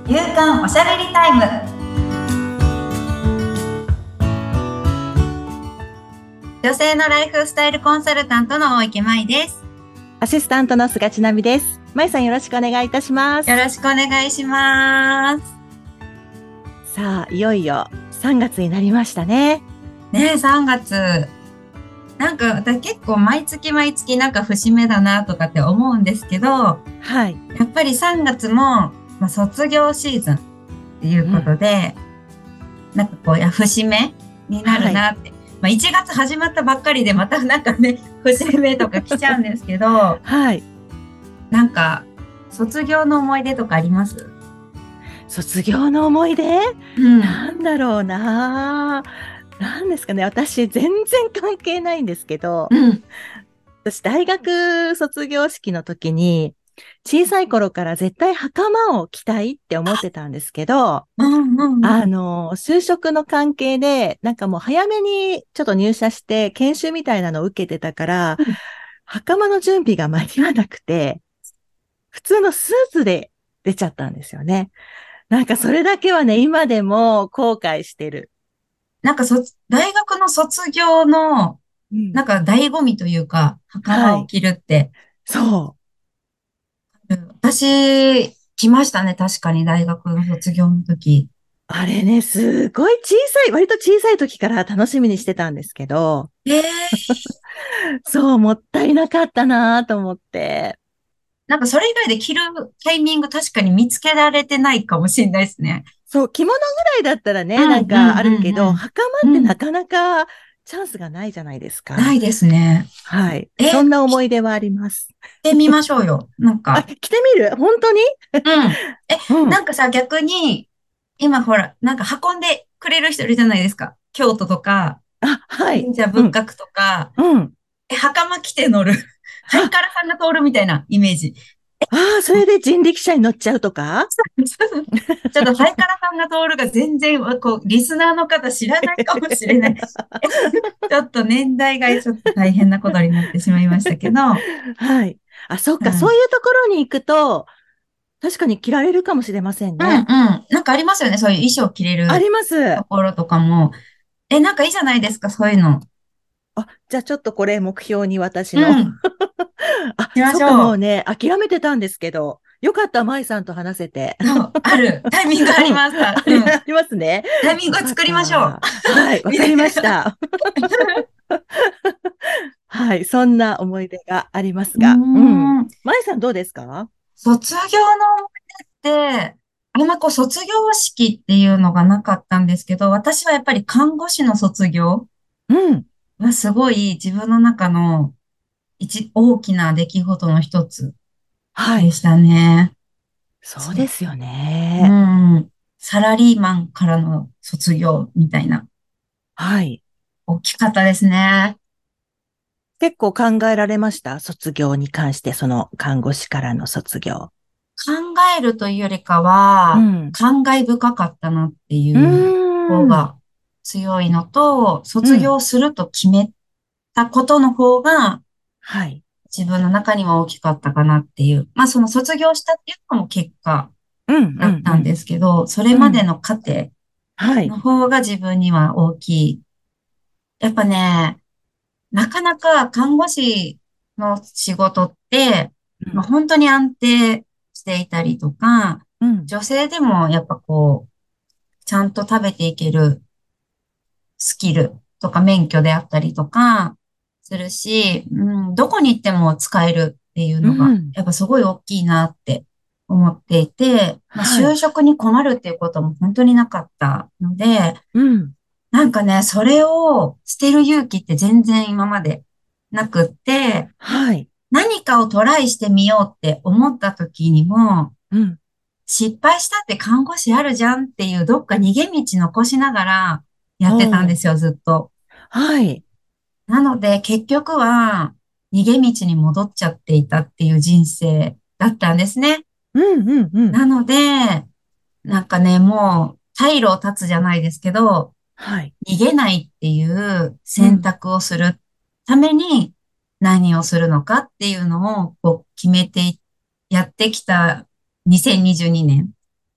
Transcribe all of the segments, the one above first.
夕刊おしゃべりタイム。女性のライフスタイルコンサルタントの大池舞です。 アシスタントの菅千奈美です。まいさんよろしくお願いいたします。 よろしくお願いします。 さあ、いよいよ3月になりましたね。 ねえ、3月。なんか私結構毎月毎月なんか節目だなとかって思うんですけど、やはい。 っぱり3月も、卒業シーズンっていうこうん。 とで、なんかこう、節目になるはい。 なって。1月始まったばっかりでまたなんかね、節目とか来ちゃうんですけど、 はい。 なんか、卒業の思い出とかあります？ 卒業の思い出うん。 なんだろうな。なんですかね。私、全然関係ないんですけど、 うん。 私、大学卒業式の時に、小さい頃から絶対袴を着たいって思ってたんですけど、 うんうんうん。 就職の関係で、なんかもう早めにちょっと入社して研修みたいなのを受けてたから、袴の準備が間に合わなくて、普通のスーツで出ちゃったんですよね。なんかそれだけはね、今でも後悔してる。 なんか大学の卒業の、 うん。 なんか醍醐味というか、 はい。 袴を着るって。 そう。 私、着ましたね。確かに大学の卒業の時。 あれね、すごい小さい、割と小さい時から楽しみにしてたんですけど、 ええ、 そう、もったいなかったなと思って。 なんかそれ以外で着るタイミング確かに見つけられてないかもしれないですね。 そう、着物ぐらいだったらね、 うんなんかあうんうるけど、 んうん。 袴っうん。 てなかなかチャンスがないじゃないですか。 ないですね。 はい。そえ、 んな思着い出はあります。 てみましょうよ。なんあ、 か。 着てみる本当に？ うん。 うん。 なんかさ、逆に、今ほら、なんか運んでくれる人いるじゃないですか。京都とか、 あ、はい。 神社うん。 仏閣とか、 うん。 袴着て乗る。ハイあ、 カラさんが通るみたいなイメージ。 それで人力車に乗っちゃうとか？ ちょっとハイカラさんが通るが全然、こう、リスナーの方知らないかもしれない。ちょっと年代がちょっと大変なことになってしまいましたけど、 はい。あ、そっか。そうはい。 いうところに行くと、確かに着られるかもしれませんうんうね。 ん。なんかありますよね。そういう衣装着れるあります。 ところとかも。なんかいいじゃないですか、そういうの。 あ、じゃあちょっとこれ目標に私うの。 ん。 あ、 しまそっか、もうしょう。 ね、諦めてたんですけど、よかった、舞さんと話せて。 そう、ある。タイミングありうん、 ました。うん。 ありますね。 タイミンよかっグを作りましょう。 た。はい、わかりましみたいな。 た。はい、そんな思い出がありますうーが。うん。 ん。 舞さんどうですか？ 卒業の思い出って、あんまこう卒業式っていうのがなかったんですけど、私はやっぱり看護師の卒業うん。 はすごい自分の中の大きな出来事の一つはい。 でしたね。 そうですよね。 うん。サラリーマンからの卒業みたいな。 はい。 大きかったですね。 結構考えられました卒業に関して、その看護師からの卒業。 考えるというよりかは、 うん。 感慨深かったなってういう方ーん。 が強いのと、 うん。 卒業すると決めたことの方がはい。 自分の中には大きかったかなっていう。その卒業したっていうのも結果うん、うん、うん。 だったんですけど、それうん。 までの過程はい。 の方が自分には大きい。やっぱね、なかなか看護師の仕事って、 うん。 本当に安定していたりとか、 うん。 女性でもやっぱこう、ちゃんと食べていけるスキルとか免許であったりとかするし、どこに行っても使えるっていううのが、 ん。 やっぱすごい大きいなって思っていて、 はい。 就職に困るっていうことも本当になかったので、 うん。 なんかね、それを捨てる勇気って全然今までなくって、 はい。 何かをトライしてみようって思った時にも、 うん。 失敗したって看護師あるじゃんっていうどっか逃げ道残しながらやってたんおー。 ですよ、ずっと。 はい。 なので結局は逃げ道に戻っちゃっていたっていう人生だったんですね。 うん、うん、うん。 なので、なんかね、もう退路を断つじゃないですけど、 はい。 逃げないっていう選うん。 択をするために何をするのかっていうのをこう決めてやってきた2022年。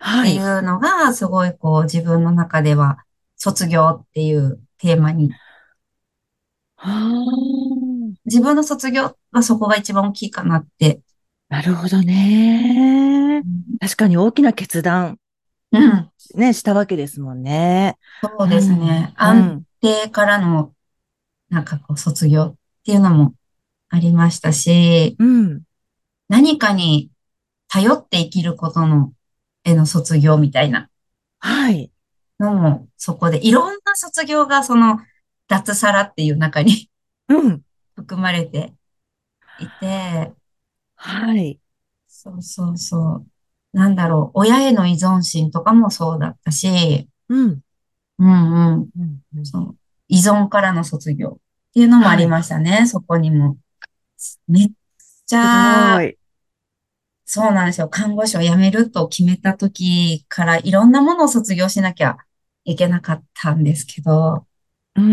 はい。 ていうのが、すごいこう自分の中では卒業っていうテーマに、 はあ、 自分の卒業はそこが一番大きいかなって。 なるほどね。 うん、 確かに大きな決断うん、 ね、したわけですもんね。 そううですん、 ね。安うん、 定からのなんかこう卒業っていうのもありましたし、 うん。 何かに頼って生きることの、への卒業みたいなはい。 のも、そこでいろんな卒業がその脱サラっていう中にうん。 含まれていて、 はい。 そうそうそう。なんだろう、親への依存心とかもそうだったし、 うん。 うんうん、 うん。うん。 そう、依存からの卒業っていうのもありはい。 ましたね、そこにも。めっちすごゃ、 い。 そうなんですよ。看護師を辞めると決めた時からいろんなものを卒業しなきゃいけなかったんですけど、 うん。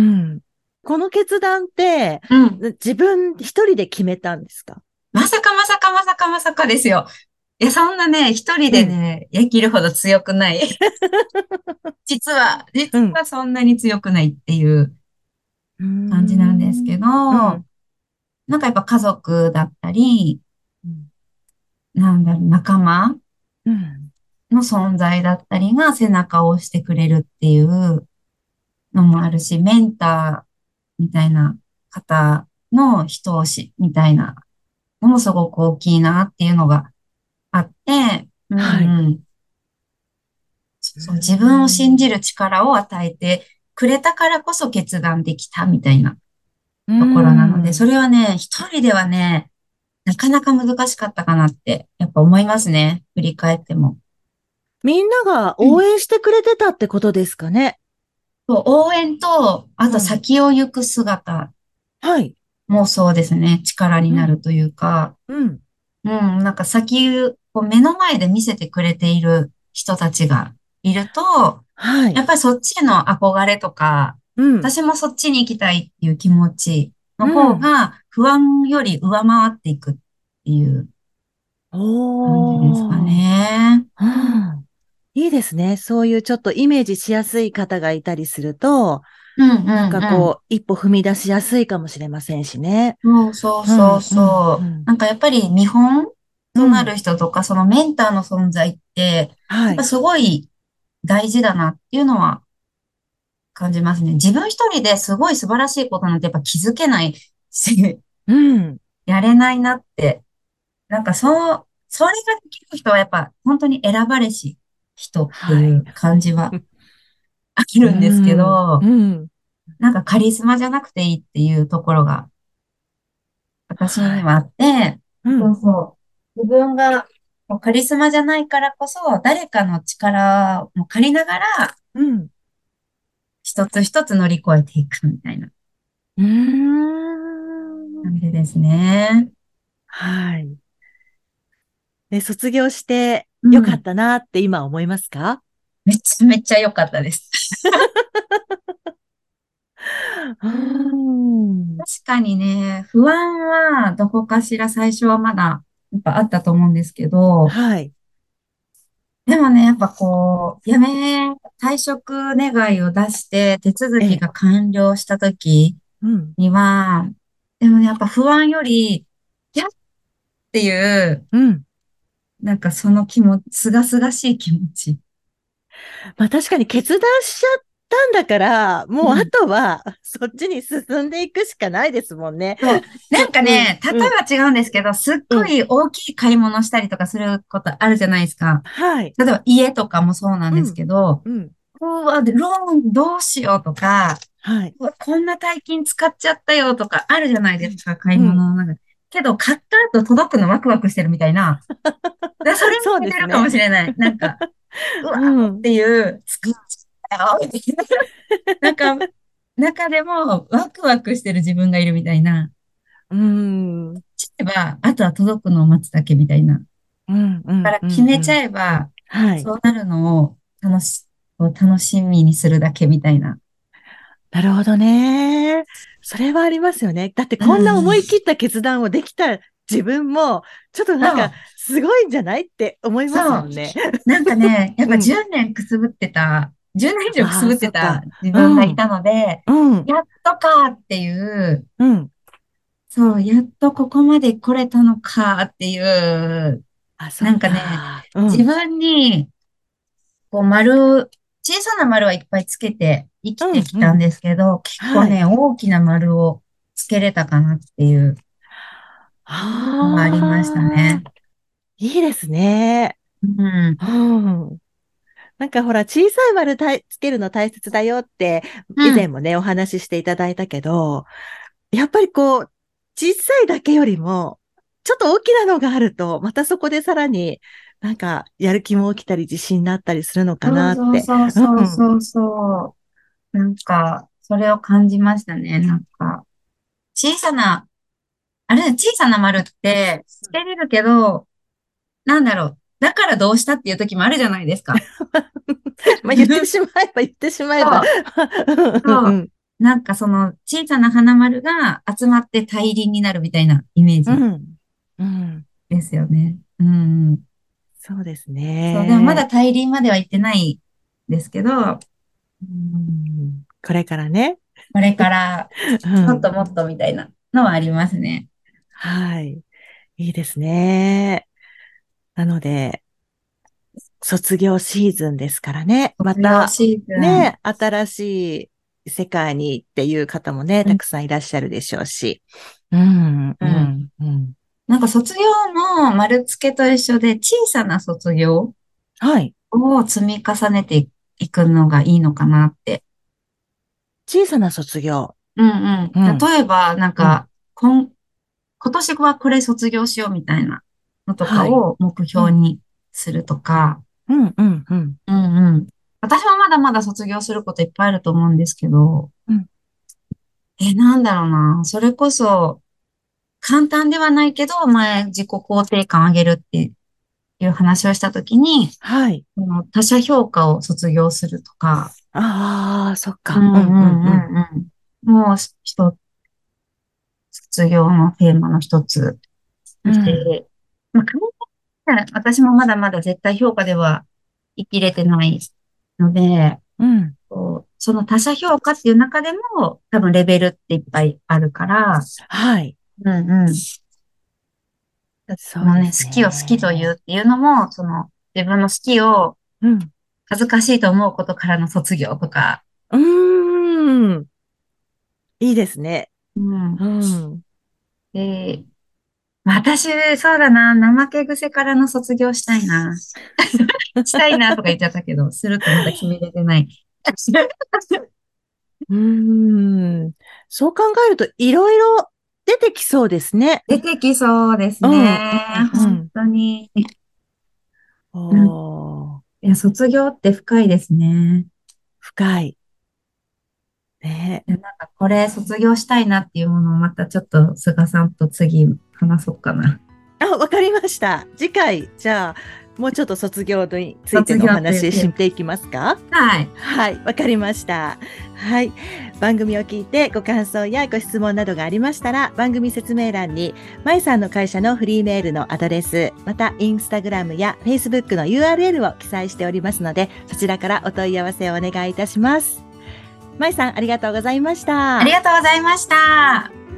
この決断って、 うん。 自分一人で決めたんですか？ まさかまさかまさかまさかですよ。いや、そんなね、一人うん。 でね、生きるほど強くない。実うん。 はそんなに強くないっていううー感じなんですん。 けど、 うん。 なんかやっぱ家族だったり、 うん。 なんだろう、仲間うん。 の存在だったりが背中を押してくれるっていうのもあるし、メンターみたいな方の一押しみたいなのもすごく大きいなっていうのがあって、うはい。 んうん。 うーそう、自分を信じん。 る力を与えてくれたからこそ決断できたみたいなうーところなので、そん。 れはね、一人ではね、なかなか難しかったかなって、やっぱ思いますね。振り返っても。 みんながうん。 応援してくれてたってことですかね。 そう、応援と、あとうん。 先を行く姿はい。 もそうですね。力にうん。 なるというか、 うん。 うん、なんかこう目の前で見せてくれている人たちがいると、 はい。 やっぱりそっちへの憧れとか、 うん。 私もそっちに行きたいっていう気持ちのう方ん。 が不安より上回っていくっていう感じですかおー。 ね。 うん。いいですね。そういうちょっとイメージしやすい方がいたりすると、 うんうなんかんうん。 こう、一歩踏み出しやすいかもしれませんしね。 そうそううん、 そううん、 そう。 うん。 なんかやっぱり見本となうん。 る人とか、そのメンターの存在って、やっぱはい。 すごい大事だなっていうのは感じますね。自分一人ですごい素晴らしいことなんてやっぱ気づけないし、 うん。 やれないなって。なんかそれができる人はやっぱ本当に選ばれし人ってはい。 いう感じはあうるんですけん。うど、 ん。 なんかカリスマじゃなくていいっていうところが私はい。 にはあって、 うん。 そうそう。自分がカリスマじゃないからこそ、誰かの力も借りながら、 うん。 一つ一つ乗り越えていくみたいなうーん。 感じですね。 はい。で、卒業してうん。 よかったなって今思いますか？ めちゃめちゃ良かったです。 うーん。 確かにね、不安はどこかしら最初はまだやっぱあったと思うんですけど、 はい。 でもね、やっぱこう、退職願いを出して手続ええ。 きが完了した時うん。 には、でもね、やっぱ不安より、やっっていう、 うん。 なんかその気持ち、すがすがしい気持ち。 まあ確かに決断しちゃったんだから、もうあうん。 とはそっちに進んでいくしかないですもんね。 そう。なんかうん、 ね、例うん、 えば違うんですけど、すっうん。 ごい大きい買い物したりとかすることあるじゃないですか。 はい。 例えば家とかもそうなんですうん、 けど、 うん。 うわ、でローンどうしようとか、 はい。 うわこんな大金使っちゃったよとかあるじゃないうん、 ですか、買いうん。 物の中で。けど、買った後届くのワクワクしてるみたいな。それそうも似てるかもですね。 しれない。なんか、うわうん。 ーっていう、作っちゃったよみたいな。なんか、中でもワクワクしてる自分がいるみたいな。 うん、うん、 ちえば、あとは届くのを待つだけみたいな。 うん、 だからうん。うん。 決めちゃえば、 はい。 そうなるのを楽しみにするだけみたいな。 なるほどね。それはありますよね。だってうこんなん。 思い切った決断をできた自分も、ちょっとなんか、 そう、 すごいんじゃないって思いますそう。 もんね。 なんかね、やっぱうん。 10年くすぶってた、10年以上くすああ、 ぶってそっか。 た自分がうん、 いたので、 うん、 やっとかっていう、 うん。 そう、やっとここまで来れたのかっていう、 あ、そっなんかね、 か。う自ん、 分に、こう小さな丸はいっぱいつけて生きうん、 てきうん。 たんですけど、結構はい。 ね、大きな丸をつけれたかなっていうのがありましたああ、 ね。 いいですね。 うん。 うん。なんかほら、小さい丸つけるの大切だよって、以うん。 前もね、お話ししていただいたけど、やっぱりこう、小さいだけよりも、ちょっと大きなのがあると、またそこでさらになんかやる気も起きたり自信になったりするのかそうなって。 そうそううん。 そうそうそう。なんか、それを感じましたね。なんか、小さな、あれ、小さな丸ってつけれるけど、なんだろう。だからどうしたっていう時もあるじゃないですか。 まあ言ってしまえば言ってしまえば。 そう、そう。 うん。 なんかその小さな花丸が集まって大輪になるみたいなイメージうん。うん。 ですよね。うん。 そうですそう、でもまだね。 大輪までは行ってないですけど、 うん。これからね。 これからうもっとん。 もっとみたいなのはありますね。 はい。いいですね。なので、卒業シーズンですからね。ま卒業た、 シーズン。 ね、新しい世界にっていう方もね、 うん。 たくさんいらっしゃるでしょうし。うん、ううん。 ん、うん。 なんか卒業の丸付けと一緒で小さな卒業はい。 を積み重ねていくのがいいのかなって。 小さな卒業。 うんうん。 うん、 例えば、なんうん。 か、今年はこれ卒業しようみたいなのとかはい。 を目うん、 標にするとか、 うん、うん、うん。 うんうん。私もまだまだ卒業することいっぱいあると思うんですけど、 うん。 なんだろうな。それこそ、簡単ではないけど、前、自己肯定感上げるっていう話をしたときに、 はい。 その他者評価を卒業するとか、 ああ、そっうんか。うん、うん、うん。 うんうんうん。もう、卒業のテーマの一つうん、 で、まあ、考えたら私もまだまだ絶対評価では生きれてないので、 うん。 こうその他者評価っていう中でも多分レベルっていっぱいあるから、 はい。 うんうん。そのね、 そうです好きを好きと言うね。 っていうのも、その自分の好きをうん。 恥ずかしいと思うことからの卒業とか、 うーん。いいですね。 うん。 うん。 で、私、そうだな、怠け癖からの卒業したいな。したいなとか言っちゃったけど、するとまだ決めれてない。 うーん。そう考えると、いろいろ出てきそうですね。 出てきそうですうん、うね。 ん、う本ん。 当に。なんいおー、 や、卒業って深いですね。 深い。ね。 いや、なんかこれ卒業したいなっていうものをまたちょっと菅さんと次話そうかな。 あ、わかりました。次回、じゃあ、もうちょっと卒業についてのお卒業という話テーマ。 していきますか？ はい。 はい、わかりました。はい。番組を聞いてご感想やご質問などがありましたら、番組説明欄に、まいさんの会社のフリーメールのアドレス、また、インスタグラムやフェイスブックの URL を記載しておりますので、そちらからお問い合わせをお願いいたします。まいさん、ありがとうございました。 ありがとうございました。